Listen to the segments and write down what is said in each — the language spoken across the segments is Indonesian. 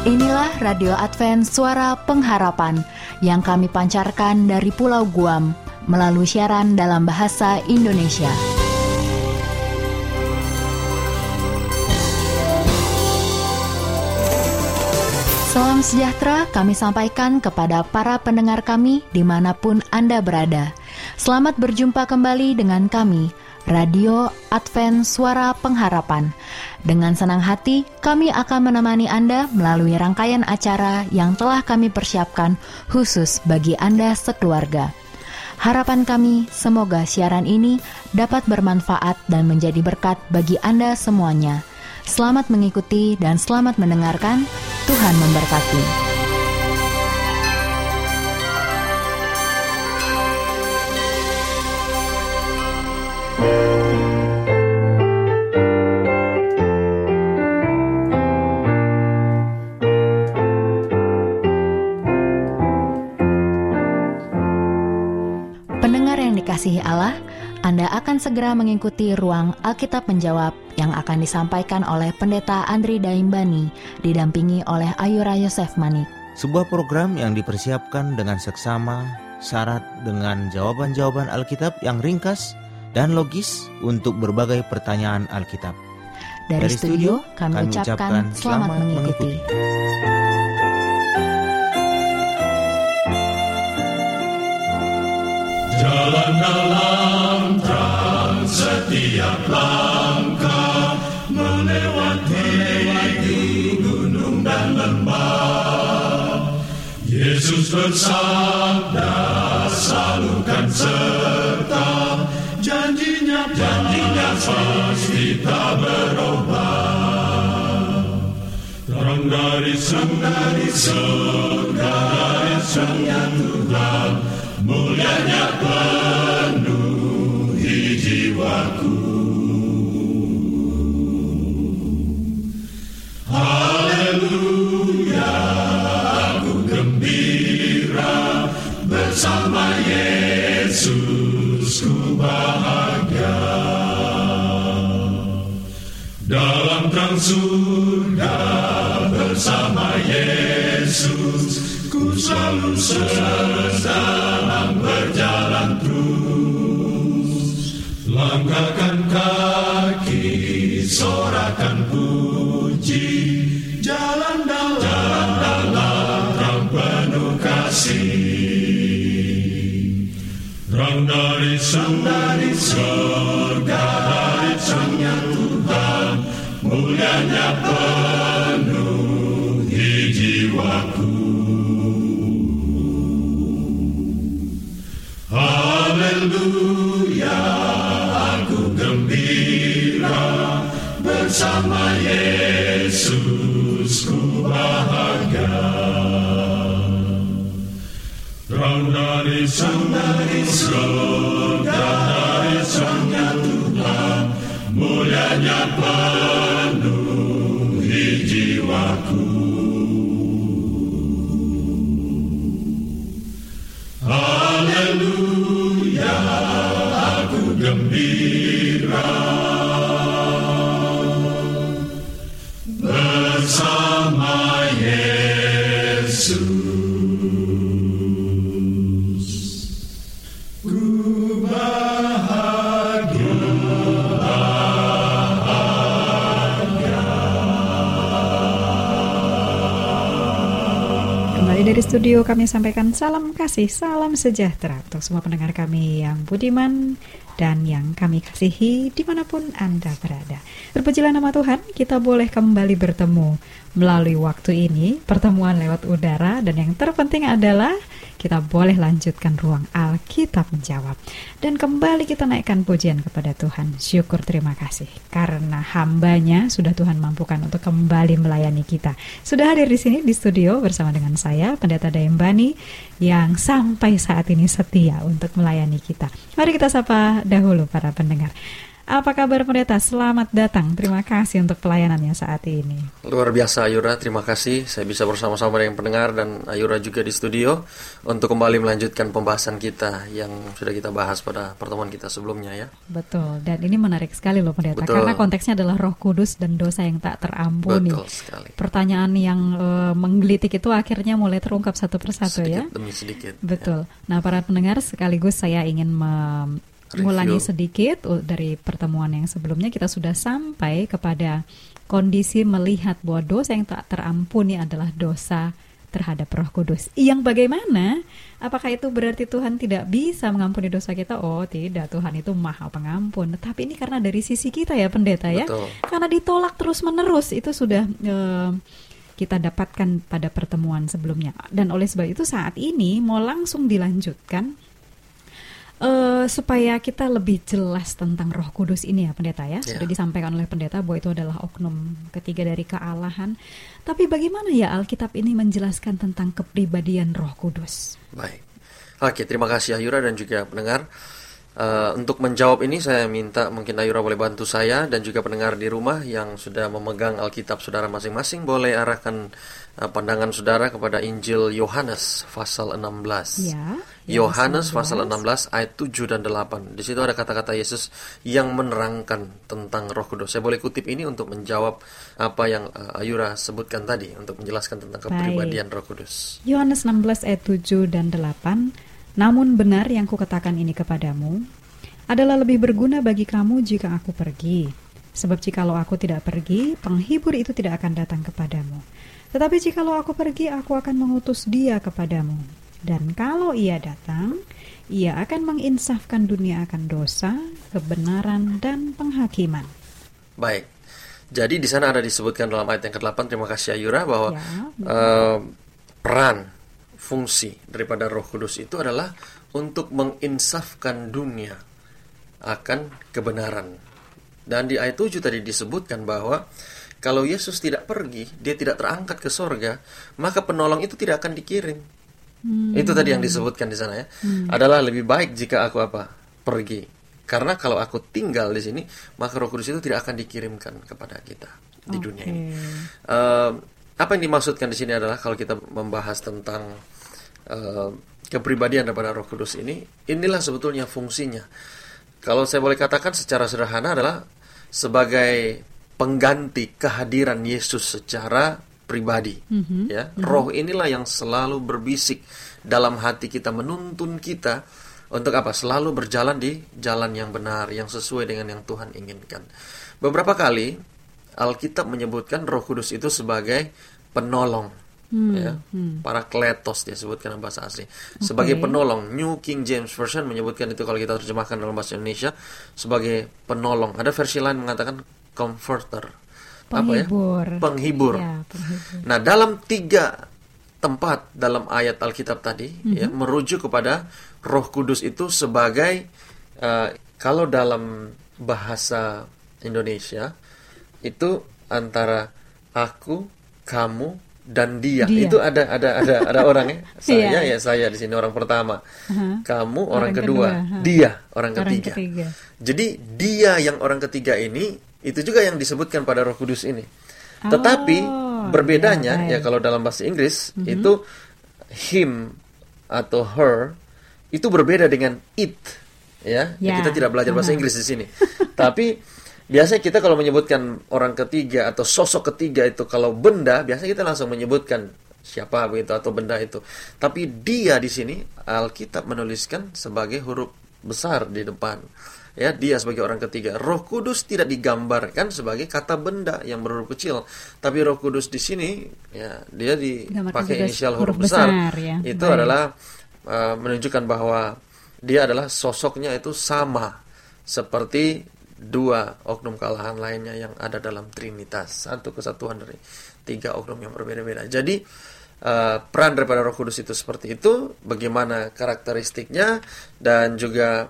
Inilah Radio Advent Suara Pengharapan yang kami pancarkan dari Pulau Guam melalui siaran dalam bahasa Indonesia. Salam sejahtera kami sampaikan kepada para pendengar kami dimanapun Anda berada. Selamat berjumpa kembali dengan kami, Radio Advent Suara Pengharapan. Dengan senang hati, kami akan menemani Anda melalui rangkaian acara yang telah kami persiapkan khusus bagi Anda sekeluarga. Harapan kami, semoga siaran ini dapat bermanfaat dan menjadi berkat bagi Anda semuanya. Selamat mengikuti dan selamat mendengarkan. Tuhan memberkati. Pendengar yang dikasihi Allah, Anda akan segera mengikuti ruang Alkitab Menjawab yang akan disampaikan oleh Pendeta Andri Daimbani, didampingi oleh Ayura Yosef Manik. Sebuah program yang dipersiapkan dengan seksama, syarat dengan jawaban-jawaban Alkitab yang ringkas dan logis untuk berbagai pertanyaan Alkitab. Dari studio, kami ucapkan selamat mengikuti. Jalan dalam terang setiap langkah, melewati gunung dan lembah. Yesus bersabda selalu kan serta, janjinya pasti tak berubah. Terang dari surga, Tuhan, mulianya penuhi jiwaku. Haleluya, aku gembira, bersama Yesus ku bahagia. Dalam terang surga bersama Yesus, ku selalu senang berjalan terus. Langkahkan kaki, sorakan puji, jalan dalam terang penuh kasih. Terang dari surga, dari terangnya Tuhan, mulianya penuhi jiwaku. Haleluya, aku gembira, bersama Yesus ku bahagia. Terang dari surga, dari terangnya Tuhan, mulianya penuhi jiwaku. Haleluya, aku gembira, bersama Yesus ku bahagia. Kembali dari studio kami sampaikan salam kasih, salam sejahtera untuk semua pendengar kami yang budiman dan yang kami kasihi dimanapun Anda berada. Terpujilah nama Tuhan, kita boleh kembali bertemu melalui waktu ini, pertemuan lewat udara, dan yang terpenting adalah kita boleh lanjutkan ruang Alkitab Menjawab. Dan kembali kita naikkan pujian kepada Tuhan. Syukur, terima kasih. Karena hambanya sudah Tuhan mampukan untuk kembali melayani kita. Sudah hadir di sini di studio bersama dengan saya, Pendeta Daimbani, yang sampai saat ini setia untuk melayani kita. Mari kita sapa dahulu para pendengar. Apa kabar pendeta? Selamat datang. Terima kasih untuk pelayanannya saat ini. Luar biasa Ayura, terima kasih. Saya bisa bersama-sama dengan pendengar dan Ayura juga di studio untuk kembali melanjutkan pembahasan kita yang sudah kita bahas pada pertemuan kita sebelumnya ya. Betul, dan ini menarik sekali loh pendeta. Betul. Karena konteksnya adalah Roh Kudus dan dosa yang tak terampuni. Betul sekali. Pertanyaan yang menggelitik itu akhirnya mulai terungkap satu persatu Sedikit ya. demi sedikit. Betul. Nah, para pendengar, sekaligus saya ingin mengulangi sedikit dari pertemuan yang sebelumnya. Kita sudah sampai kepada kondisi melihat bahwa dosa yang tak terampuni adalah dosa terhadap Roh Kudus. Yang bagaimana? Apakah itu berarti Tuhan tidak bisa mengampuni dosa kita? Oh tidak, Tuhan itu Maha Pengampun. Tapi ini karena dari sisi kita ya pendeta ya. Betul. Karena ditolak terus menerus, itu sudah kita dapatkan pada pertemuan sebelumnya. Dan oleh sebab itu saat ini mau langsung dilanjutkan supaya kita lebih jelas tentang Roh Kudus ini ya pendeta ya. Sudah disampaikan oleh pendeta bahwa itu adalah oknum ketiga dari kealahan. Tapi bagaimana ya Alkitab ini menjelaskan tentang kepribadian Roh Kudus? Baik. Oke, terima kasih Ayura dan juga pendengar. Untuk menjawab ini saya minta mungkin Ayura boleh bantu saya dan juga pendengar di rumah yang sudah memegang Alkitab saudara masing-masing boleh arahkan pandangan saudara kepada Injil Yohanes pasal 16. Ya. Yohanes pasal 16 ayat 7 dan 8. Di situ ada kata-kata Yesus yang menerangkan tentang Roh Kudus. Saya boleh kutip ini untuk menjawab apa yang Ayura sebutkan tadi untuk menjelaskan tentang kepribadian Roh Kudus. Yohanes 16 ayat 7 dan 8. Namun benar yang kukatakan ini kepadamu adalah lebih berguna bagi kamu jika aku pergi. Sebab jikalau aku tidak pergi, penghibur itu tidak akan datang kepadamu. Tetapi jikalau aku pergi, aku akan mengutus dia kepadamu. Dan kalau ia datang, ia akan menginsafkan dunia akan dosa, kebenaran, dan penghakiman. Baik. Jadi di sana ada disebutkan dalam ayat yang ke-8, terima kasih Ayura, bahwa peran fungsi daripada Roh Kudus itu adalah untuk menginsafkan dunia akan kebenaran. Dan di ayat 7 tadi disebutkan bahwa kalau Yesus tidak pergi, dia tidak terangkat ke sorga, maka penolong itu tidak akan dikirim. Itu tadi yang disebutkan di sana ya. Adalah lebih baik jika aku pergi. Karena kalau aku tinggal di sini, maka Roh Kudus itu tidak akan dikirimkan kepada kita di dunia ini. Apa yang dimaksudkan di sini adalah kalau kita membahas tentang kepribadian daripada Roh Kudus ini, inilah sebetulnya fungsinya. Kalau saya boleh katakan secara sederhana adalah sebagai pengganti kehadiran Yesus secara pribadi. Roh inilah yang selalu berbisik dalam hati kita, menuntun kita untuk apa? Selalu berjalan di jalan yang benar, yang sesuai dengan yang Tuhan inginkan. Beberapa kali Alkitab menyebutkan Roh Kudus itu sebagai penolong, Parakletos dia sebutkan dalam bahasa asli, sebagai penolong. New King James Version menyebutkan itu kalau kita terjemahkan dalam bahasa Indonesia sebagai penolong. Ada versi lain mengatakan comforter, penghibur. Penghibur. Nah, dalam 3 tempat dalam ayat Alkitab tadi merujuk kepada Roh Kudus itu sebagai kalau dalam bahasa Indonesia itu antara aku, kamu, dan dia. Itu ada orangnya. Saya di sini orang pertama. Kamu orang kedua. Dia orang ketiga. Jadi dia yang orang ketiga ini itu juga yang disebutkan pada Roh Kudus ini. Tetapi berbedanya ya kalau dalam bahasa Inggris itu him atau her itu berbeda dengan it ya. Kita tidak belajar bahasa Inggris di sini. Tapi biasanya kita kalau menyebutkan orang ketiga atau sosok ketiga itu kalau benda, biasanya kita langsung menyebutkan siapa begitu atau benda itu. Tapi dia di sini Alkitab menuliskan sebagai huruf besar di depan. Ya, dia sebagai orang ketiga. Roh Kudus tidak digambarkan sebagai kata benda yang berhuruf kecil, tapi Roh Kudus di sini ya dia dipakai inisial huruf besar. Itu adalah menunjukkan bahwa dia adalah sosoknya itu sama seperti 2 oknum kealahan lainnya yang ada dalam Trinitas, satu kesatuan dari 3 oknum yang berbeda-beda. Jadi peran daripada Roh Kudus itu seperti itu, bagaimana karakteristiknya dan juga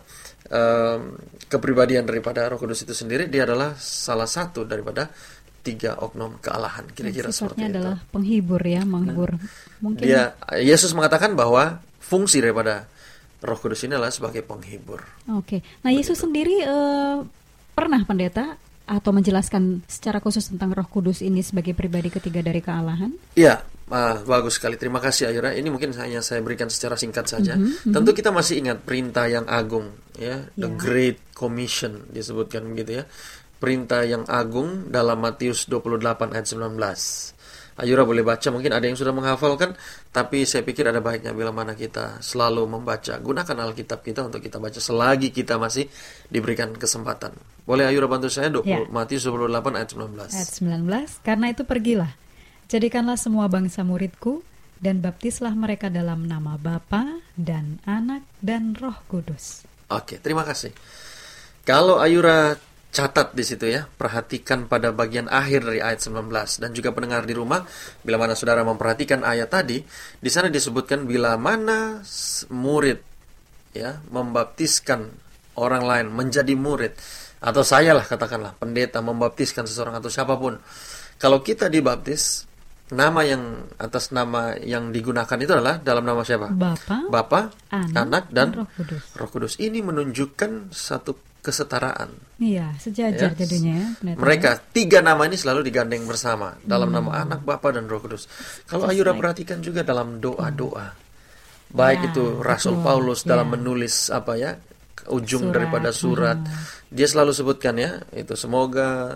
kepribadian daripada Roh Kudus itu sendiri. Dia adalah salah satu daripada 3 oknum kealahan, kira-kira seperti itu. Adalah penghibur ya, menghibur. Mungkin Yesus mengatakan bahwa fungsi daripada Roh Kudus ini adalah sebagai penghibur. Nah, Yesus sendiri pernah pendeta atau menjelaskan secara khusus tentang Roh Kudus ini sebagai pribadi ketiga dari kealahan? Iya, bagus sekali. Terima kasih Ayura. Ini mungkin hanya saya berikan secara singkat saja. Tentu kita masih ingat perintah yang agung, ya, the Great Commission disebutkan begitu ya. Perintah yang agung dalam Matius 28 ayat 19. Ayura boleh baca, mungkin ada yang sudah menghafalkan, tapi saya pikir ada baiknya bila mana kita selalu membaca. Gunakan Alkitab kita untuk kita baca selagi kita masih diberikan kesempatan. Boleh Ayura bantu saya? Matius 28 ayat 19. Ayat 19, karena itu pergilah, jadikanlah semua bangsa muridku, dan baptislah mereka dalam nama Bapa dan Anak dan Roh Kudus. Oke, terima kasih. Kalau Ayura catat di situ ya, perhatikan pada bagian akhir dari ayat 19, dan juga pendengar di rumah, bila mana saudara memperhatikan ayat tadi, di sana disebutkan bila mana murid ya membaptiskan orang lain menjadi murid, atau saya lah katakanlah pendeta membaptiskan seseorang atau siapapun, kalau kita dibaptis, nama yang atas nama yang digunakan itu adalah dalam nama siapa? Bapa, Anak dan Roh Kudus. Ini menunjukkan satu kesetaraan. Iya, sejajar jadinya. Mereka 3 nama ini selalu digandeng bersama dalam nama Anak, Bapa dan Roh Kudus. Kalau Ayura perhatikan juga dalam doa-doa, baik itu Rasul Paulus dalam menulis ujung surat, daripada surat, dia selalu sebutkan ya, itu semoga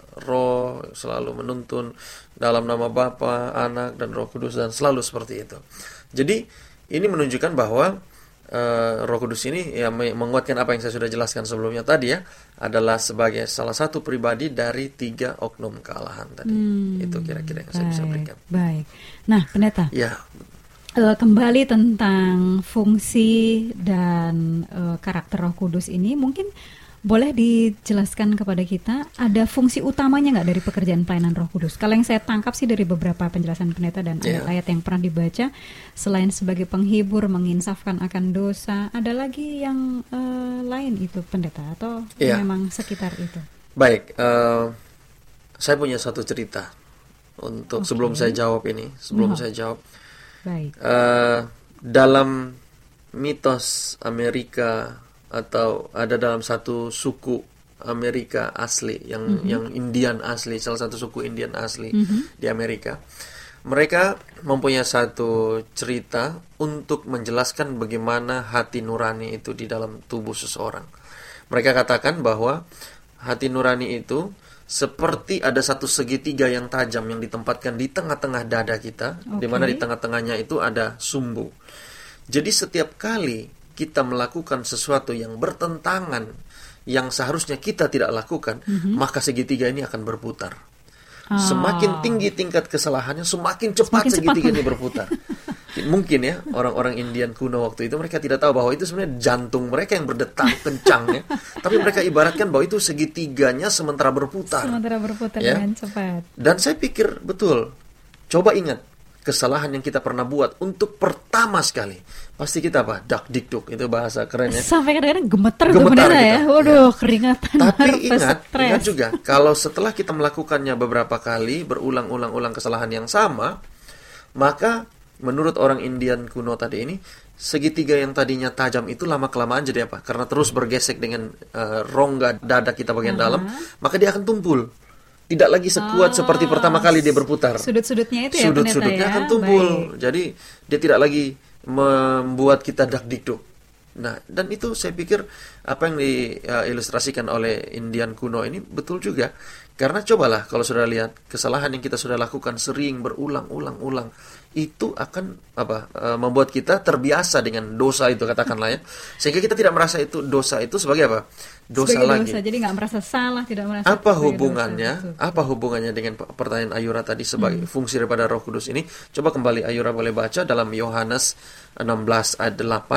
Roh selalu menuntun dalam nama Bapa, Anak dan Roh Kudus, dan selalu seperti itu. Jadi ini menunjukkan bahwa Roh Kudus ini ya menguatkan apa yang saya sudah jelaskan sebelumnya tadi ya, adalah sebagai salah satu pribadi dari 3 oknum kealahan tadi. Itu kira-kira yang saya bisa berikan. Baik. Nah, pendeta. Ya. Kembali tentang fungsi dan karakter Roh Kudus ini, mungkin boleh dijelaskan kepada kita, ada fungsi utamanya nggak dari pekerjaan pelayanan Roh Kudus? Kalau yang saya tangkap sih dari beberapa penjelasan pendeta dan ayat-ayat yang pernah dibaca, selain sebagai penghibur, menginsafkan akan dosa, ada lagi yang lain itu pendeta, atau memang sekitar itu? Baik, saya punya satu cerita untuk sebelum saya jawab ini, saya jawab. Baik. Dalam mitos Amerika, atau ada dalam satu suku Amerika asli yang Indian asli, salah satu suku Indian asli di Amerika. Mereka mempunyai satu cerita untuk menjelaskan bagaimana hati nurani itu di dalam tubuh seseorang. Mereka katakan bahwa hati nurani itu seperti ada satu segitiga yang tajam yang ditempatkan di tengah-tengah dada kita, di mana di tengah-tengahnya itu ada sumbu. Jadi setiap kali kita melakukan sesuatu yang bertentangan, yang seharusnya kita tidak lakukan, maka segitiga ini akan berputar. Semakin tinggi tingkat kesalahannya, semakin cepat segitiga ini berputar. Mungkin ya, orang-orang Indian kuno waktu itu mereka tidak tahu bahwa itu sebenarnya jantung mereka yang berdetak kencang ya. Tapi mereka ibaratkan bahwa itu segitiganya sementara berputar. Dengan cepat. Dan saya pikir betul, coba ingat kesalahan yang kita pernah buat untuk pertama sekali, pasti kita dakdikduk, itu bahasa kerennya. Sampai kadang-kadang gemeter ya. Waduh, keringatan. Tapi ingat juga, kalau setelah kita melakukannya beberapa kali, berulang-ulang kesalahan yang sama, maka menurut orang Indian kuno tadi ini, segitiga yang tadinya tajam itu lama-kelamaan jadi apa? Karena terus bergesek dengan rongga dada kita bagian dalam, maka dia akan tumpul. Tidak lagi sekuat seperti pertama kali dia berputar. Sudut-sudutnya itu ya, sudut-sudutnya akan tumpul. Jadi dia tidak lagi membuat kita dakdikduk. Nah, dan itu saya pikir apa yang diilustrasikan oleh Indian kuno ini betul juga. Karena cobalah kalau sudah lihat kesalahan yang kita sudah lakukan sering berulang-ulang, itu akan membuat kita terbiasa dengan dosa itu, katakanlah ya, sehingga kita tidak merasa itu dosa itu sebagai apa? Dosa sebagai lagi. Jadi nggak merasa salah, tidak merasa. Apa hubungannya dengan pertanyaan Ayura tadi sebagai fungsi daripada Roh Kudus ini? Coba kembali Ayura boleh baca dalam Yohanes 16 ayat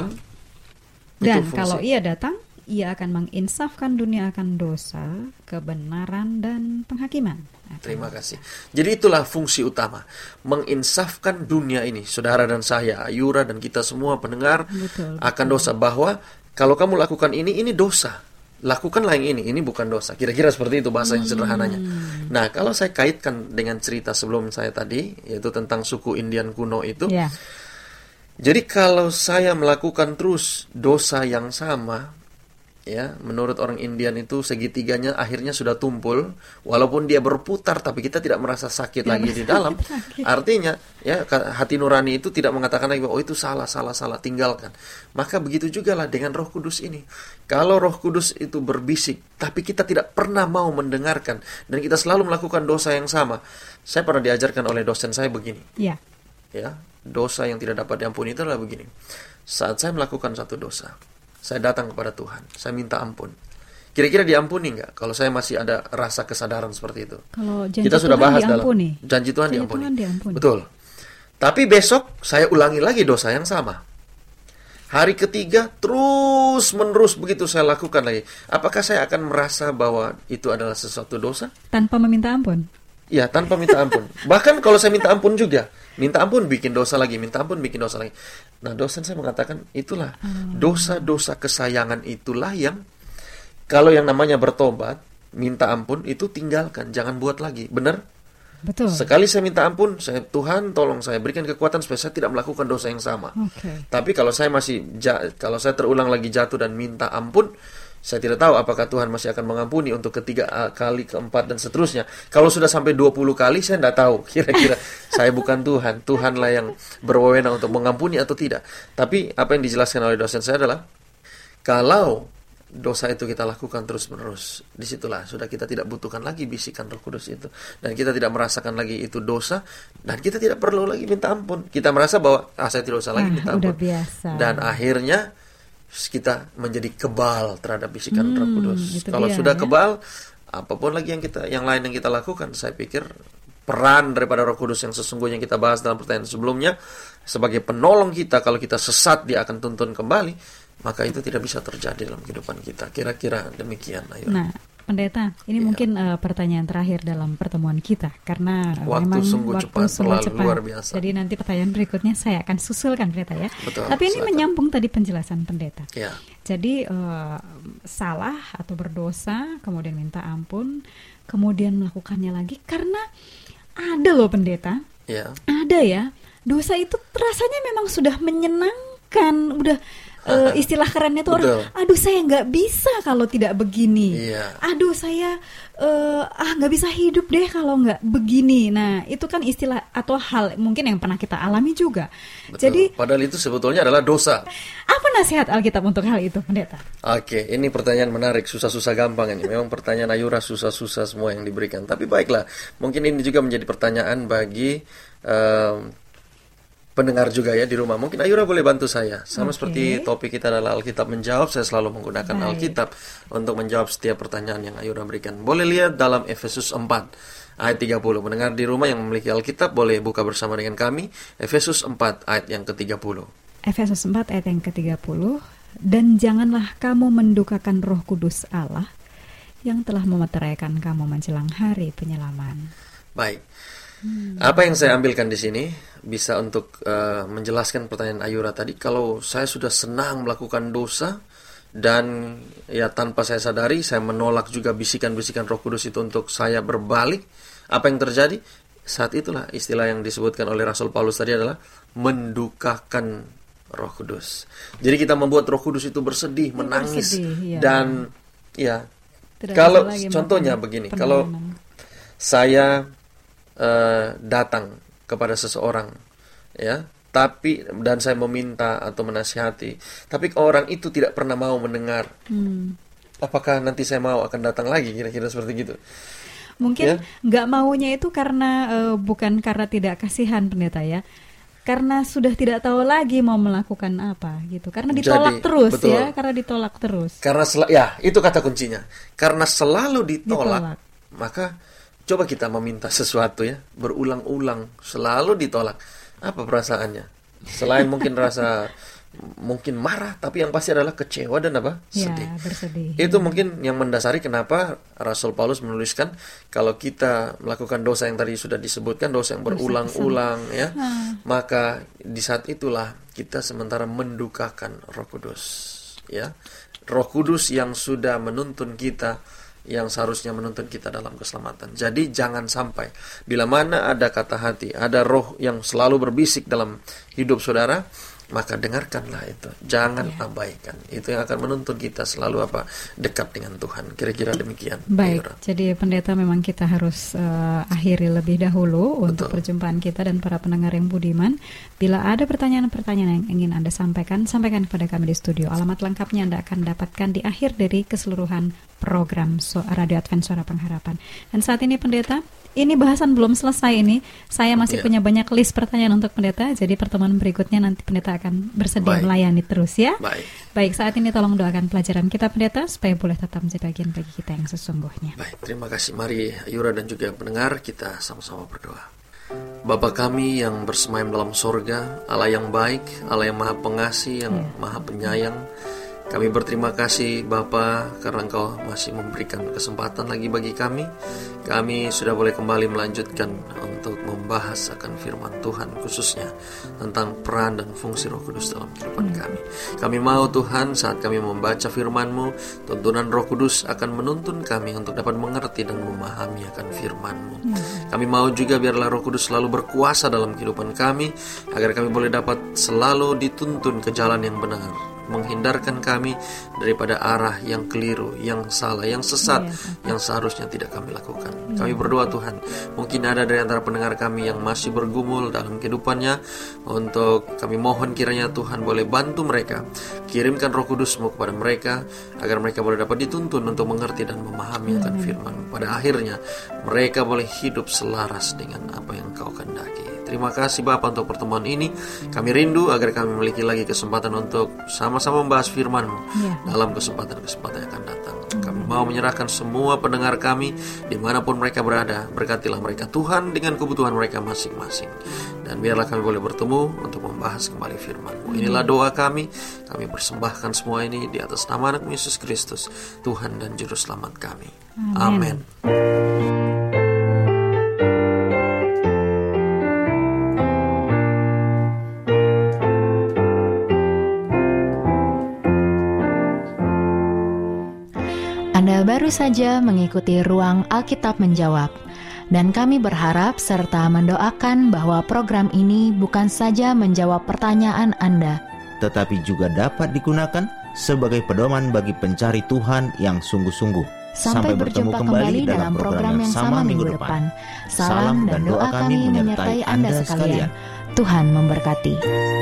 8. Dan kalau ia datang, ia akan menginsafkan dunia akan dosa, kebenaran, dan penghakiman. Terima kasih. Jadi itulah fungsi utama, menginsafkan dunia ini, saudara dan saya, Ayura dan kita semua pendengar, akan dosa. Bahwa kalau kamu lakukan ini dosa, lakukanlah yang ini bukan dosa. Kira-kira seperti itu bahasa yang sederhananya. Nah, kalau saya kaitkan dengan cerita sebelum saya tadi, yaitu tentang suku Indian kuno itu, jadi kalau saya melakukan terus dosa yang sama, Ya, menurut orang Indian itu segitiganya akhirnya sudah tumpul, walaupun dia berputar, tapi kita tidak merasa sakit lagi di dalam. Artinya, ya, hati nurani itu tidak mengatakan lagi, oh itu salah, tinggalkan. Maka begitu juga lah dengan Roh Kudus ini. Kalau Roh Kudus itu berbisik, tapi kita tidak pernah mau mendengarkan, dan kita selalu melakukan dosa yang sama. Saya pernah diajarkan oleh dosen saya begini. Ya, dosa yang tidak dapat diampuni itu adalah begini. Saat saya melakukan satu dosa, saya datang kepada Tuhan, saya minta ampun. Kira-kira diampuni nggak kalau saya masih ada rasa kesadaran seperti itu? Kalau janji kita sudah Tuhan bahas diampuni. Dalam janji Tuhan diampuni. diampuni. Betul. Tapi besok saya ulangi lagi dosa yang sama. Hari ketiga terus-menerus begitu saya lakukan lagi. Apakah saya akan merasa bahwa itu adalah sesuatu dosa? Tanpa meminta ampun? Ya, tanpa minta ampun. Bahkan kalau saya minta ampun juga, minta ampun bikin dosa lagi, minta ampun bikin dosa lagi. Nah, dosen saya mengatakan itulah dosa-dosa kesayangan itulah yang kalau yang namanya bertobat, minta ampun itu tinggalkan, jangan buat lagi. Benar? Betul. Sekali saya minta ampun, Tuhan tolong saya berikan kekuatan supaya saya tidak melakukan dosa yang sama. Okay. Tapi kalau saya kalau saya terulang lagi jatuh dan minta ampun, saya tidak tahu apakah Tuhan masih akan mengampuni untuk ketiga kali, keempat, dan seterusnya. Kalau sudah sampai 20 kali, saya tidak tahu. Kira-kira saya bukan Tuhan. Tuhanlah yang berwenang untuk mengampuni atau tidak. Tapi apa yang dijelaskan oleh dosen saya adalah, kalau dosa itu kita lakukan terus-menerus, disitulah sudah kita tidak butuhkan lagi bisikan Roh Kudus itu. Dan kita tidak merasakan lagi itu dosa. Dan kita tidak perlu lagi minta ampun. Kita merasa bahwa, saya tidak usah lagi minta ampun. Udah biasa. Dan akhirnya kita menjadi kebal terhadap bisikan Roh Kudus. Kalau sudah kebal, apapun lagi yang lain yang kita lakukan, saya pikir peran daripada Roh Kudus yang sesungguhnya kita bahas dalam pertanyaan sebelumnya, sebagai penolong kita, kalau kita sesat dia akan tuntun kembali, maka itu tidak bisa terjadi dalam kehidupan kita. Kira-kira demikian. Ayo. Nah, Pendeta, ini mungkin pertanyaan terakhir dalam pertemuan kita, karena waktu memang sungguh cepat, luar biasa. Jadi nanti pertanyaan berikutnya saya akan susulkan, Pendeta, ya. Betul, tapi ini menyambung tadi penjelasan Pendeta. Ya. Jadi salah atau berdosa, kemudian minta ampun, kemudian melakukannya lagi, karena ada loh Pendeta, ada ya, dosa itu rasanya memang sudah menyenangkan, udah istilah kerennya tuh orang, aduh saya nggak bisa kalau tidak begini, aduh saya nggak bisa hidup deh kalau nggak begini. Nah itu kan istilah atau hal mungkin yang pernah kita alami juga. Betul. Jadi padahal itu sebetulnya adalah dosa. Apa nasihat Alkitab untuk hal itu, Pendeta? Oke, ini pertanyaan menarik, susah-susah gampang ini. Memang pertanyaan Ayura susah-susah semua yang diberikan. Tapi baiklah, mungkin ini juga menjadi pertanyaan bagi pendengar juga ya di rumah. Mungkin Ayura boleh bantu saya. Sama seperti topik kita adalah Alkitab menjawab, saya selalu menggunakan Alkitab untuk menjawab setiap pertanyaan yang Ayura berikan. Boleh lihat dalam Efesus 4 ayat 30. Pendengar di rumah yang memiliki Alkitab boleh buka bersama dengan kami. Efesus 4 ayat yang ke-30. Efesus 4 ayat yang ke-30. Dan janganlah kamu mendukakan Roh Kudus Allah yang telah memeteraikan kamu menjelang hari penyelaman. Baik. Apa yang saya ambilkan di sini bisa untuk menjelaskan pertanyaan Ayura tadi. Kalau saya sudah senang melakukan dosa dan ya tanpa saya sadari saya menolak juga bisikan-bisikan Roh Kudus itu untuk saya berbalik, apa yang terjadi? Saat itulah istilah yang disebutkan oleh Rasul Paulus tadi adalah mendukakan Roh Kudus. Jadi kita membuat Roh Kudus itu bersedih, menangis, dan ya kalau contohnya begini, kalau saya datang kepada seseorang, ya, dan saya meminta atau menasihati, tapi orang itu tidak pernah mau mendengar, apakah nanti saya akan datang lagi? Kira-kira seperti gitu. Mungkin nggak maunya itu karena bukan karena tidak kasihan, Pendeta, ya, karena sudah tidak tahu lagi mau melakukan apa gitu, karena ditolak terus. Betul. Ya, karena ditolak terus. Karena itu kata kuncinya, karena selalu ditolak. Maka coba kita meminta sesuatu ya, berulang-ulang, selalu ditolak. Apa perasaannya? Selain mungkin rasa mungkin marah, tapi yang pasti adalah kecewa dan sedih. Bersedih. Itu mungkin yang mendasari kenapa Rasul Paulus menuliskan kalau kita melakukan dosa yang tadi sudah disebutkan, dosa yang berulang-ulang ya, maka di saat itulah kita sementara mendukakan Roh Kudus, ya. Roh Kudus yang sudah menuntun kita, yang seharusnya menuntun kita dalam keselamatan. Jadi jangan sampai bila mana ada kata hati, ada roh yang selalu berbisik dalam hidup saudara, maka dengarkanlah itu, jangan abaikan. Itu yang akan menuntun kita selalu dekat dengan Tuhan. Kira-kira demikian. Baik, jadi pendeta memang kita harus akhiri lebih dahulu untuk perjumpaan kita dan para pendengar yang budiman. Bila ada pertanyaan-pertanyaan yang ingin Anda sampaikan kepada kami di studio. Alamat lengkapnya Anda akan dapatkan di akhir dari keseluruhan program Radio Advent Suara Pengharapan. Dan saat ini pendeta, ini bahasan belum selesai ini. Saya masih punya banyak list pertanyaan untuk pendeta. Jadi pertemuan berikutnya nanti pendeta akan bersedia melayani terus ya. Baik, saat ini tolong doakan pelajaran kita pendeta supaya boleh tetap menjadi bagian bagi kita yang sesungguhnya. Baik, terima kasih. Mari Yura dan juga pendengar kita sama-sama berdoa. Bapa kami yang bersemayam dalam sorga, Allah yang baik, Allah yang maha pengasih, yang maha penyayang, kami berterima kasih Bapa karena Engkau masih memberikan kesempatan lagi bagi kami. Kami sudah boleh kembali melanjutkan untuk membahas akan firman Tuhan, khususnya tentang peran dan fungsi Roh Kudus dalam kehidupan kami. Kami mau Tuhan, saat kami membaca firman-Mu, tuntunan Roh Kudus akan menuntun kami untuk dapat mengerti dan memahami akan firman-Mu. Kami mau juga biarlah Roh Kudus selalu berkuasa dalam kehidupan kami, agar kami boleh dapat selalu dituntun ke jalan yang benar, menghindarkan kami daripada arah yang keliru, yang salah, yang sesat, yang seharusnya tidak kami lakukan. Kami berdoa Tuhan, mungkin ada dari antara pendengar kami yang masih bergumul dalam kehidupannya, untuk kami mohon kiranya Tuhan boleh bantu mereka, kirimkan Roh Kudus-Mu kepada mereka, agar mereka boleh dapat dituntun untuk mengerti dan memahami akan firman. Pada akhirnya mereka boleh hidup selaras dengan apa yang Kau kehendaki. Terima kasih Bapa untuk pertemuan ini. Kami rindu agar kami memiliki lagi kesempatan untuk sama-sama membahas firman-Mu dalam kesempatan-kesempatan yang akan datang. Kami mau menyerahkan semua pendengar kami dimanapun mereka berada. Berkatilah mereka Tuhan dengan kebutuhan mereka masing-masing. Dan biarlah kami boleh bertemu untuk membahas kembali firman-Mu. Inilah doa kami. Kami persembahkan semua ini di atas nama Anak Yesus Kristus, Tuhan dan Juru Selamat kami. Amin. Anda baru saja mengikuti Ruang Alkitab Menjawab, dan kami berharap serta mendoakan bahwa program ini bukan saja menjawab pertanyaan Anda, tetapi juga dapat digunakan sebagai pedoman bagi pencari Tuhan yang sungguh-sungguh. Sampai berjumpa kembali dalam program yang sama minggu depan. Salam dan doa kami menyertai Anda sekalian. Tuhan memberkati.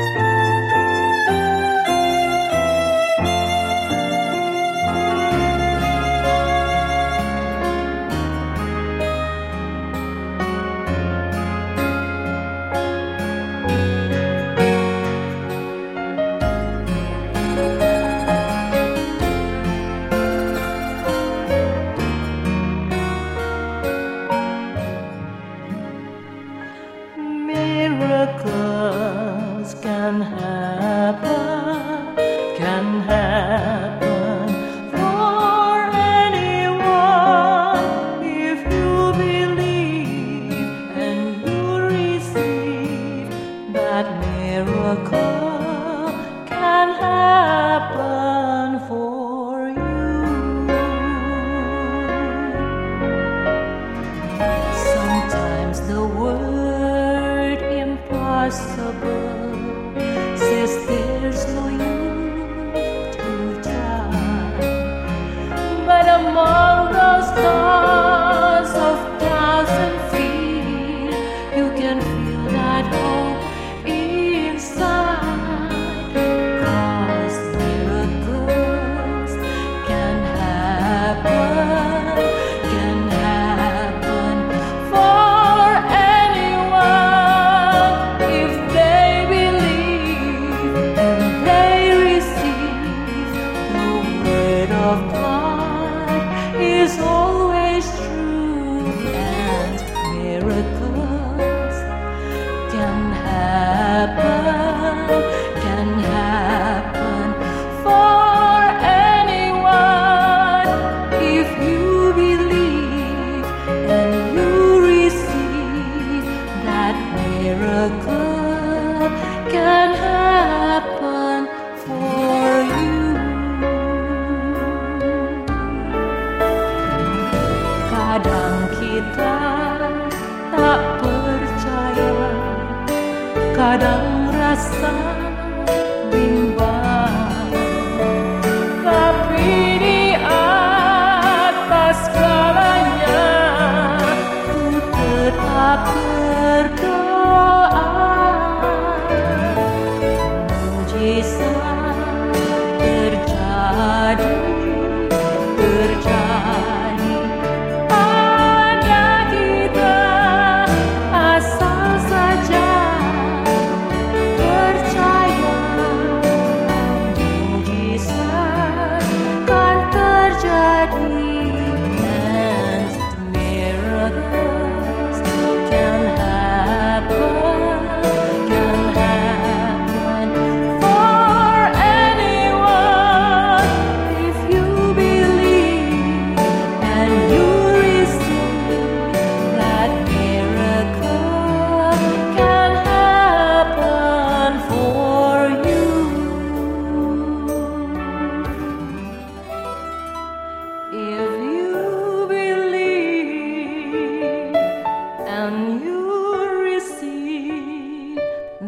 Kadang kita tak percaya, kadang rasa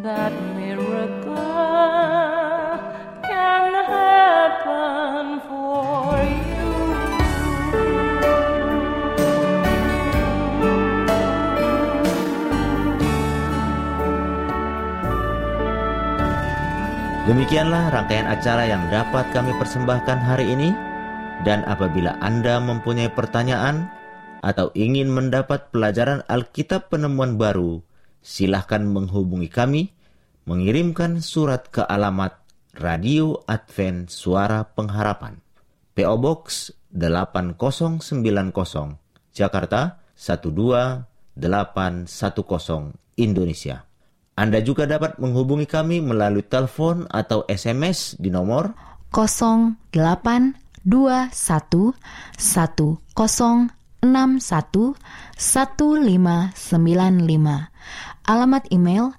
that miracle can happen for you. Demikianlah rangkaian acara yang dapat kami persembahkan hari ini. Dan apabila Anda mempunyai pertanyaan atau ingin mendapat pelajaran Alkitab Penemuan Baru, silahkan menghubungi kami, mengirimkan surat ke alamat Radio Advent Suara Pengharapan, P.O. Box 8090, Jakarta 12810, Indonesia. Anda juga dapat menghubungi kami melalui telepon atau SMS di nomor 082110611595. Alamat email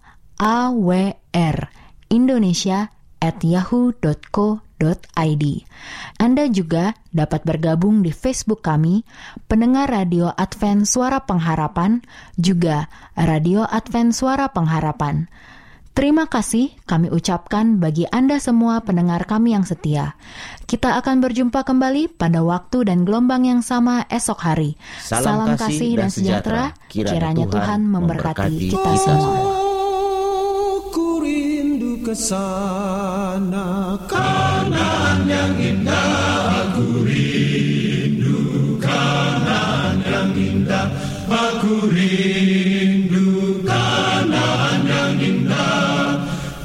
awrindonesia@yahoo.co.id. Anda juga dapat bergabung di Facebook kami, Pendengar Radio Advent Suara Pengharapan, juga Radio Advent Suara Pengharapan. Terima kasih kami ucapkan bagi Anda semua pendengar kami yang setia. Kita akan berjumpa kembali pada waktu dan gelombang yang sama esok hari. Salam kasih dan sejahtera. Kiranya Tuhan memberkati kita semua. Ku rindu kesana, Kanaan yang indah. Aku rindu Kanaan yang indah. Aku rindu Kanaan yang indah.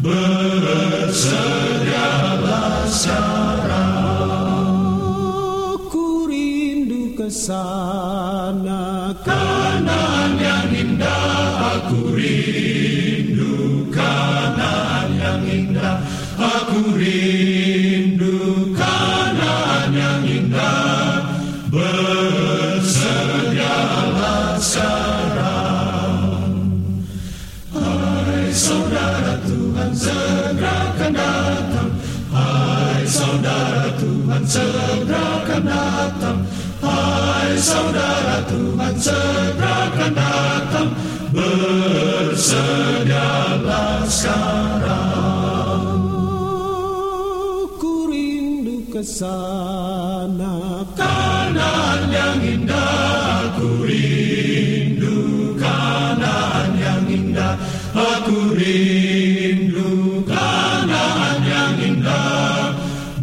Bersedialah sekarang. Ku rindu kesana, Kanaan yang indah. Aku rindu Kanaan yang indah. Aku rindu Kanaan yang indah. Bersedialah sekarang. Hai saudara, Tuhan segera akan datang. Hai saudara, Tuhan segera akan datang. Hai saudara, Tuhan segera akan datang. Bersedialah sekarang. Ku rindu kesana, Kanaan yang indah. Aku rindu Kanaan yang indah. Aku rindu Kanaan yang indah.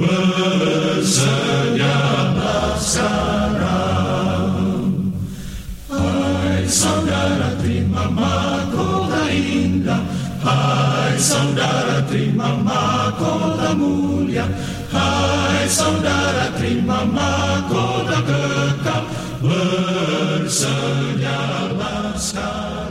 Bersedialah sekarang. Hai saudara, terima mahkota indah. Hai saudara, terima mahkota mulia. Hai saudara, terima mahkota kekal. Bersedialah sekarang.